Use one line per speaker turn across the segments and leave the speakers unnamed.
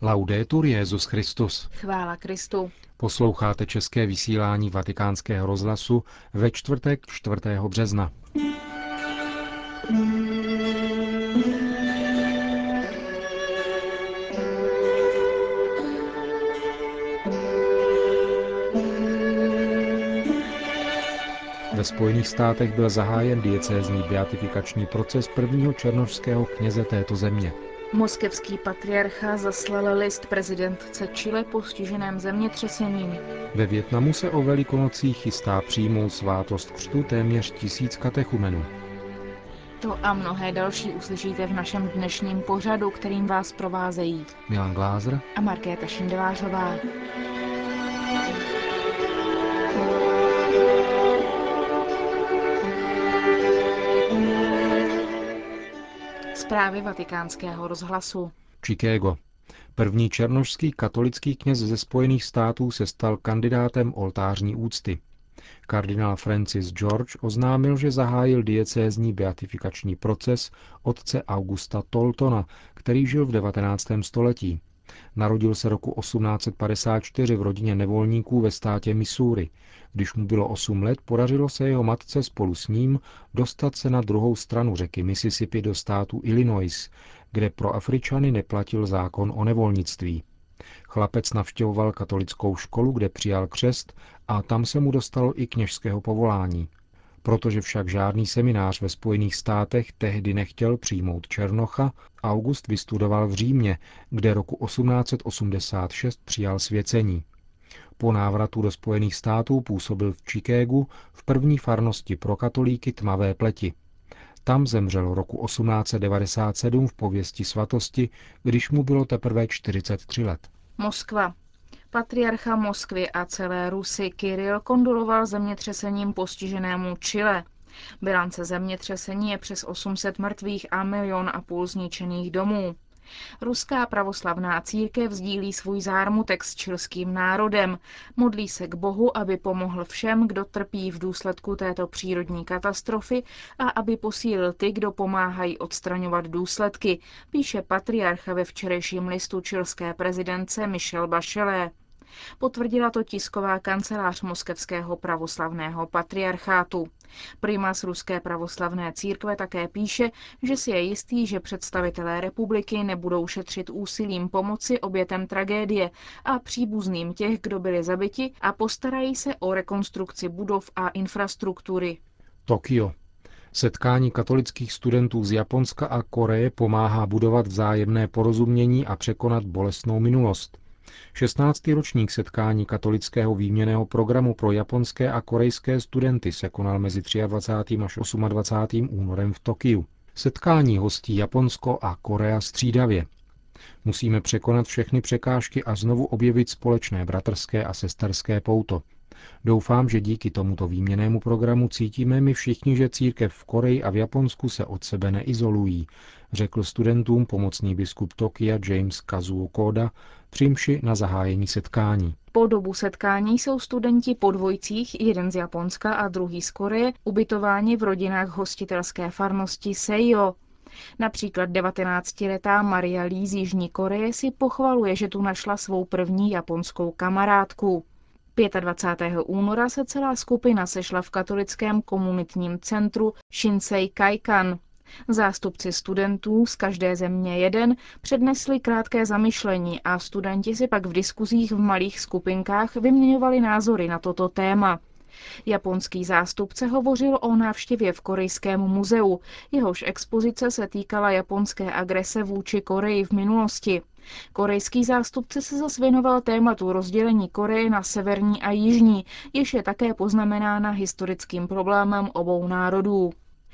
Laudetur Jesus Christus.
Chvála Kristu.
Posloucháte české vysílání Vatikánského rozhlasu ve čtvrtek 4. března. Ve Spojených státech byl zahájen diecézní beatifikační proces prvního černošského kněze této země.
Moskevský patriarcha zaslal list prezidentce Chile postiženém zemětřesením.
Ve Vietnamu se o Velikonocích chystá přijmout svátost křtu téměř 1000 katechumenů.
To a mnohé další uslyšíte v našem dnešním pořadu, kterým vás provázejí
Milan Glázer
a Markéta Šindelářová. Zprávy Vatikánského rozhlasu.
Chicago. První černošský katolický kněz ze Spojených států se stal kandidátem oltářní úcty. Kardinál Francis George oznámil, že zahájil diecézní beatifikační proces otce Augusta Toltona, který žil v 19. století. Narodil se roku 1854 v rodině nevolníků ve státě Missouri. Když mu bylo 8 let, podařilo se jeho matce spolu s ním dostat se na druhou stranu řeky Mississippi do státu Illinois, kde pro Afričany neplatil zákon o nevolnictví. Chlapec navštěvoval katolickou školu, kde přijal křest a tam se mu dostalo i kněžského povolání. Protože však žádný seminář ve Spojených státech tehdy nechtěl přijmout černocha, August vystudoval v Římě, kde roku 1886 přijal svěcení. Po návratu do Spojených států působil v Chicagu v první farnosti pro katolíky tmavé pleti. Tam zemřel roku 1897 v pověsti svatosti, když mu bylo teprve 43 let.
Moskva. Patriarcha Moskvy a celé Rusy Kiril kondoloval zemětřesením postiženému Chile. Bilance zemětřesení je přes 800 mrtvých a 1,5 milionu zničených domů. Ruská pravoslavná církev sdílí svůj zármutek s chilským národem. Modlí se k Bohu, aby pomohl všem, kdo trpí v důsledku této přírodní katastrofy a aby posílil ty, kdo pomáhají odstraňovat důsledky, píše patriarcha ve včerejším listu chilské prezidentce Michelle Bachelet. Potvrdila to tisková kancelář moskevského pravoslavného patriarchátu. Primas ruské pravoslavné církve také píše, že si je jistý, že představitelé republiky nebudou šetřit úsilím pomoci obětem tragédie a příbuzným těch, kdo byli zabiti, a postarají se o rekonstrukci budov a infrastruktury.
Tokio. Setkání katolických studentů z Japonska a Koreje pomáhá budovat vzájemné porozumění a překonat bolestnou minulost. 16. ročník setkání katolického výměnného programu pro japonské a korejské studenty se konal mezi 23. až 28. únorem v Tokiu. Setkání hostí Japonsko a Korea střídavě. Musíme překonat všechny překážky a znovu objevit společné bratrské a sesterské pouto. Doufám, že díky tomuto výměnnému programu cítíme my všichni, že církev v Koreji a v Japonsku se od sebe neizolují, řekl studentům pomocný biskup Tokia James Kazuo Koda při mši na zahájení setkání.
Po dobu setkání jsou studenti po dvojcích, jeden z Japonska a druhý z Koreje, ubytováni v rodinách hostitelské farnosti Seijo. Například 19letá Maria Lee z Jižní Koreje si pochvaluje, že tu našla svou první japonskou kamarádku. 25. února se celá skupina sešla v katolickém komunitním centru Shinsei Kaikan. Zástupci studentů z každé země jeden přednesli krátké zamyšlení a studenti si pak v diskuzích v malých skupinkách vyměňovali názory na toto téma. Japonský zástupce hovořil o návštěvě v Korejském muzeu, jehož expozice se týkala japonské agrese vůči Koreji v minulosti. Korejský zástupce se zas věnoval tématu rozdělení Koreje na severní a jižní, jež je také poznamenána historickým problémem obou národů.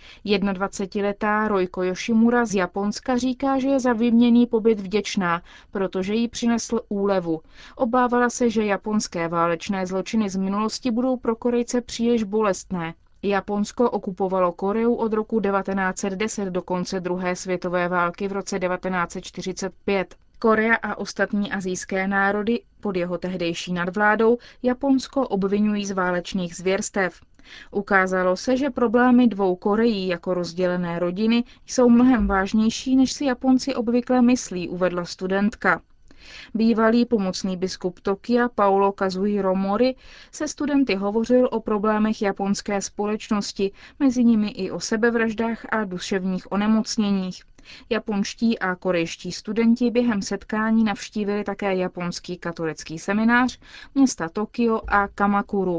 21letá Roiko Yoshimura z Japonska říká, že je za výměnný pobyt vděčná, protože jí přinesl úlevu. Obávala se, že japonské válečné zločiny z minulosti budou pro Korejce příliš bolestné. Japonsko okupovalo Koreu od roku 1910 do konce druhé světové války v roce 1945. Korea a ostatní asijské národy pod jeho tehdejší nadvládou Japonsko obvinují z válečných zvěrstev. Ukázalo se, že problémy dvou Koreí jako rozdělené rodiny jsou mnohem vážnější, než si Japonci obvykle myslí, uvedla studentka. Bývalý pomocný biskup Tokia Paolo Kazuhiro Mori se studenty hovořil o problémech japonské společnosti, mezi nimi i o sebevraždách a duševních onemocněních. Japonští a korejští studenti během setkání navštívili také japonský katolický seminář, města Tokio a Kamakuru.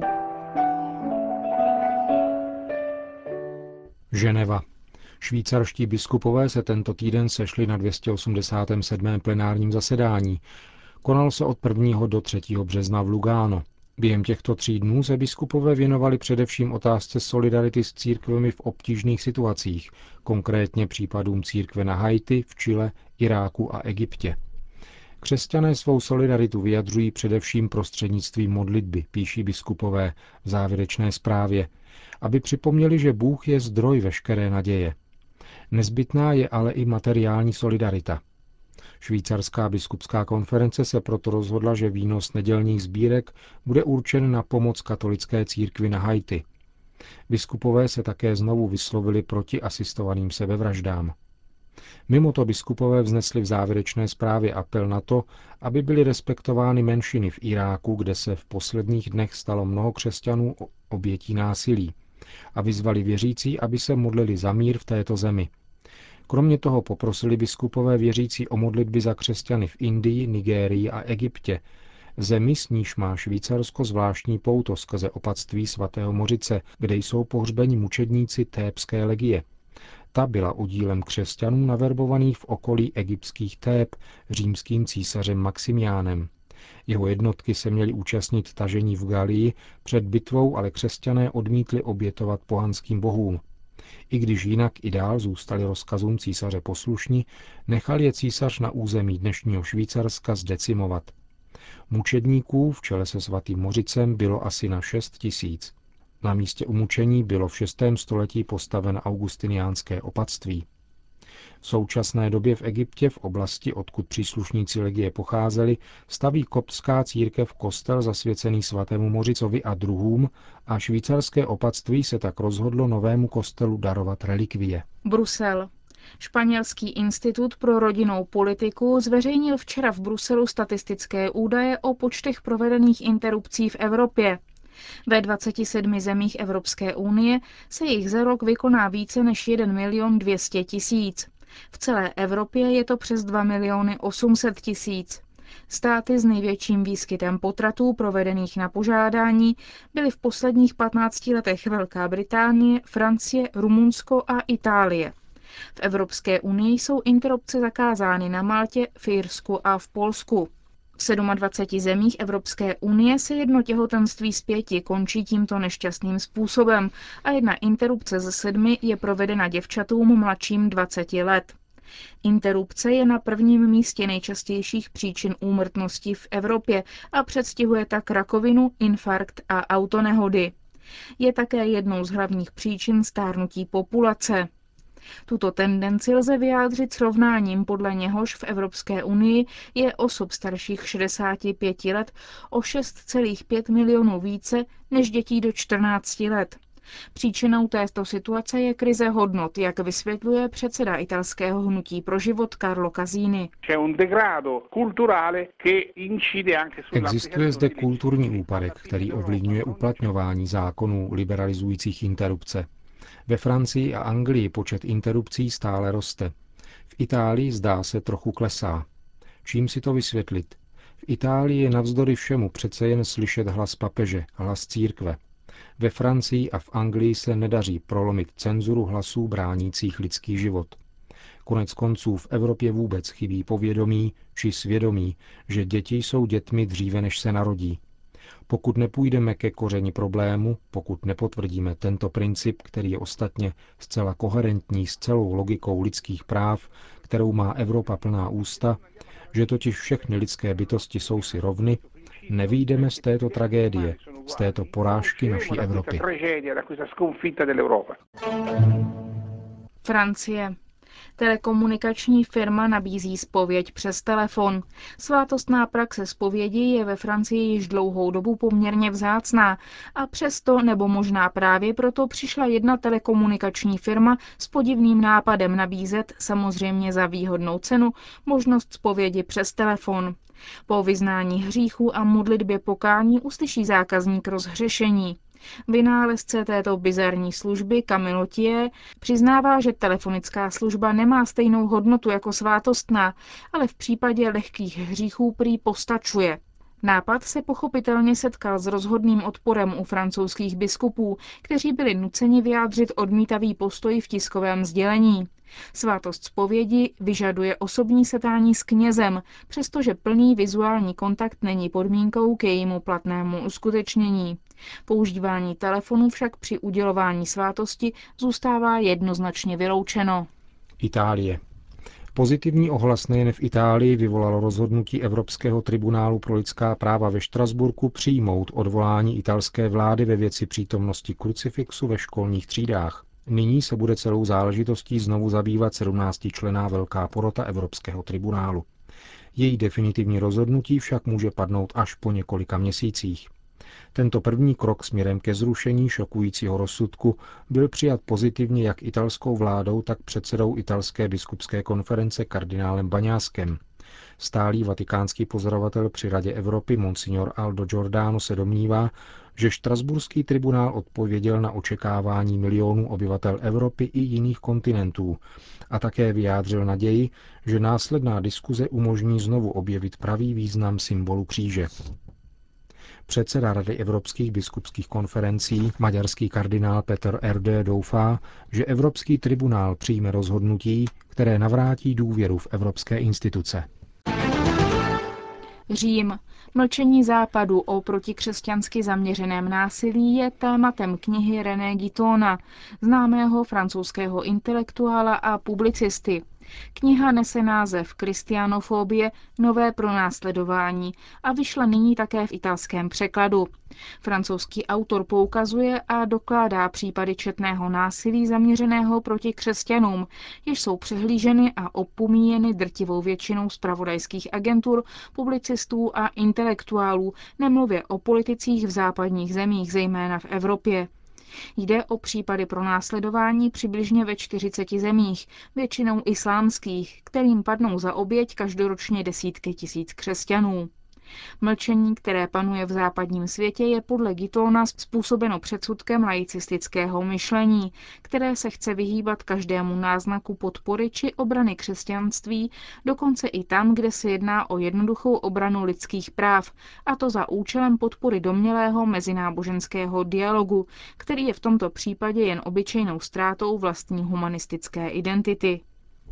Ženeva. Švýcarští biskupové se tento týden sešli na 287. plenárním zasedání. Konalo se od 1. do 3. března v Lugano. Během těchto 3 dnů se biskupové věnovali především otázce solidarity s církvemi v obtížných situacích, konkrétně případům církve na Haiti, v Chile, Iráku a Egyptě. Křesťané svou solidaritu vyjadřují především prostřednictvím modlitby, píší biskupové v závěrečné zprávě, aby připomněli, že Bůh je zdroj veškeré naděje. Nezbytná je ale i materiální solidarita. Švýcarská biskupská konference se proto rozhodla, že výnos nedělních sbírek bude určen na pomoc katolické církvi na Haiti. Biskupové se také znovu vyslovili proti asistovaným sebevraždám. Mimo to biskupové vznesli v závěrečné zprávě apel na to, aby byly respektovány menšiny v Iráku, kde se v posledních dnech stalo mnoho křesťanů obětí násilí, a vyzvali věřící, aby se modlili za mír v této zemi. Kromě toho poprosili biskupové věřící o modlitby za křesťany v Indii, Nigérii a Egyptě, zemi, s níž má Švýcarsko zvláštní pouto skrze opatství svatého Mořice, kde jsou pohřbeni mučedníci Thébské legie. Ta byla udílem křesťanů naverbovaných v okolí egyptských Thép římským císařem Maximiánem. Jeho jednotky se měly účastnit tažení v Galii, před bitvou ale křesťané odmítli obětovat pohanským bohům. I když jinak i dál zůstali rozkazům císaře poslušní, nechal je císař na území dnešního Švýcarska zdecimovat. Mučedníků v čele se svatým Mořicem bylo asi na 6 000. Na místě umučení bylo v 6. století postaveno augustiniánské opatství. V současné době v Egyptě, v oblasti, odkud příslušníci legie pocházeli, staví koptská církev kostel zasvěcený svatému Mořicovi a druhům a švýcarské opatství se tak rozhodlo novému kostelu darovat relikvie.
Brusel. Španělský institut pro rodinnou politiku zveřejnil včera v Bruselu statistické údaje o počtech provedených interrupcí v Evropě. Ve 27 zemích Evropské unie se jich za rok vykoná více než 1 200 000. V celé Evropě je to přes 2 800 000. Státy s největším výskytem potratů provedených na požádání byly v posledních 15 letech Velká Británie, Francie, Rumunsko a Itálie. V Evropské unii jsou interrupce zakázány na Maltě, v Irsku a v Polsku. V 27 zemích Evropské unie se jedno těhotenství z 5 končí tímto nešťastným způsobem a 1 interrupce ze 7 je provedena děvčatům mladším 20 let. Interrupce je na prvním místě nejčastějších příčin úmrtnosti v Evropě a předstihuje tak rakovinu, infarkt a autonehody. Je také jednou z hlavních příčin stárnutí populace. Tuto tendenci lze vyjádřit srovnáním, podle něhož v Evropské unii je osob starších 65 let o 6,5 milionů více než dětí do 14 let. Příčinou této situace je krize hodnot, jak vysvětluje předseda italského hnutí pro život Carlo Casini.
Existuje zde kulturní úpadek, který ovlivňuje uplatňování zákonů liberalizujících interrupce. Ve Francii a Anglii počet interrupcí stále roste. V Itálii zdá se trochu klesá. Čím si to vysvětlit? V Itálii je navzdory všemu přece jen slyšet hlas papeže, hlas církve. Ve Francii a v Anglii se nedaří prolomit cenzuru hlasů bránících lidský život. Konec konců v Evropě vůbec chybí povědomí či svědomí, že děti jsou dětmi dříve, než se narodí. Pokud nepůjdeme ke kořeni problému, pokud nepotvrdíme tento princip, který je ostatně zcela koherentní s celou logikou lidských práv, kterou má Evropa plná ústa, že totiž všechny lidské bytosti jsou si rovny, nevyjdeme z této tragédie, z této porážky naší Evropy.
Francie. Telekomunikační firma nabízí zpověď přes telefon. Svátostná praxe zpovědi je ve Francii již dlouhou dobu poměrně vzácná a přesto nebo možná právě proto přišla jedna telekomunikační firma s podivným nápadem nabízet, samozřejmě za výhodnou cenu, možnost zpovědi přes telefon. Po vyznání hříchů a modlitbě pokání uslyší zákazník rozhřešení. Vynálezce této bizarní služby Camille Thier přiznává, že telefonická služba nemá stejnou hodnotu jako svátostná, ale v případě lehkých hříchů prý postačuje. Nápad se pochopitelně setkal s rozhodným odporem u francouzských biskupů, kteří byli nuceni vyjádřit odmítavý postoj v tiskovém sdělení. Svátost zpovědi vyžaduje osobní setkání s knězem, přestože plný vizuální kontakt není podmínkou k jejímu platnému uskutečnění. Používání telefonu však při udělování svátosti zůstává jednoznačně vyloučeno.
Itálie. Pozitivní ohlas nejen v Itálii vyvolalo rozhodnutí Evropského tribunálu pro lidská práva ve Štrasburku přijmout odvolání italské vlády ve věci přítomnosti krucifixu ve školních třídách. Nyní se bude celou záležitostí znovu zabývat 17členná velká porota Evropského tribunálu. Její definitivní rozhodnutí však může padnout až po několika měsících. Tento první krok směrem ke zrušení šokujícího rozsudku byl přijat pozitivně jak italskou vládou, tak předsedou italské biskupské konference kardinálem Baňáskem. Stálý vatikánský pozorovatel při Radě Evropy Monsignor Aldo Giordano se domnívá, že štrasburský tribunál odpověděl na očekávání milionů obyvatel Evropy i jiných kontinentů a také vyjádřil naději, že následná diskuze umožní znovu objevit pravý význam symbolu kříže. Předseda Rady evropských biskupských konferencí, maďarský kardinál Peter Erdő doufá, že Evropský tribunál přijme rozhodnutí, které navrátí důvěru v evropské instituce.
Řím. Mlčení Západu o protikřesťansky zaměřeném násilí je tématem knihy René Guittona, známého francouzského intelektuála a publicisty. Kniha nese název Kristianofobie, nové pronásledování a vyšla nyní také v italském překladu. Francouzský autor poukazuje a dokládá případy četného násilí zaměřeného proti křesťanům, jež jsou přehlíženy a opomíjeny drtivou většinou zpravodajských agentur, publicistů a intelektuálů, nemluvě o politicích v západních zemích, zejména v Evropě. Jde o případy pronásledování přibližně ve 40 zemích, většinou islámských, kterým padnou za oběť každoročně desítky tisíc křesťanů. Mlčení, které panuje v západním světě, je podle Guittona způsobeno předsudkem laicistického myšlení, které se chce vyhýbat každému náznaku podpory či obrany křesťanství, dokonce i tam, kde se jedná o jednoduchou obranu lidských práv, a to za účelem podpory domnělého mezináboženského dialogu, který je v tomto případě jen obyčejnou ztrátou vlastní humanistické identity.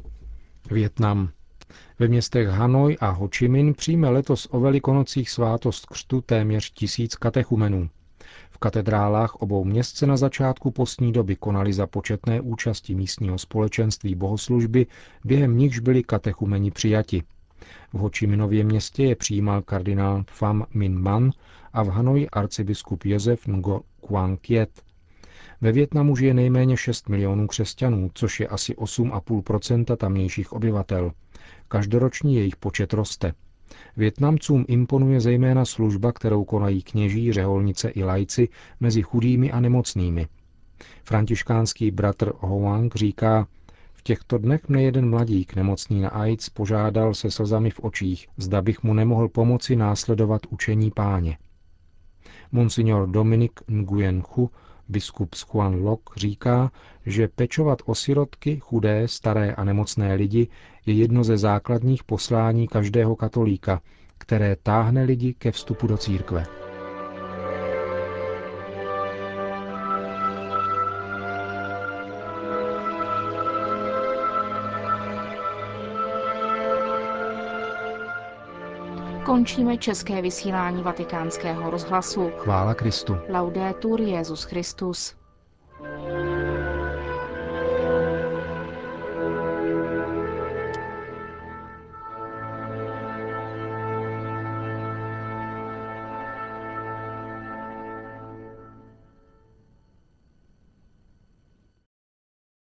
Vietnam. Ve městech Hanoj a Ho Chi Minh přijme letos o Velikonocích svátost křtu téměř 1000 katechumenů. V katedrálách obou měst se na začátku postní doby konaly za početné účasti místního společenství bohoslužby, během nichž byli katechumeni přijati. V Ho Chi Minově městě je přijímal kardinál Pham Minh Man a v Hanoji arcibiskup Josef Ngo Quang Kiet. Ve Vietnamu žije nejméně 6 milionů křesťanů, což je asi 8,5% tamnějších obyvatel. Každoročně jejich počet roste. Vietnamcům imponuje zejména služba, kterou konají kněží, řeholnice i laici mezi chudými a nemocnými. Františkánský bratr Hoang říká, v těchto dnech mne jeden mladík nemocný na AIDS požádal se slzami v očích, zda bych mu nemohl pomoci následovat učení Páně. Monsignor Dominik Nguyen Chu, biskup z Quan Loc, říká, že pečovat o sirotky, chudé, staré a nemocné lidi je jedno ze základních poslání každého katolíka, které táhne lidi ke vstupu do církve.
Končíme české vysílání Vatikánského rozhlasu.
Chvála Kristu.
Laudetur Jesus Christus.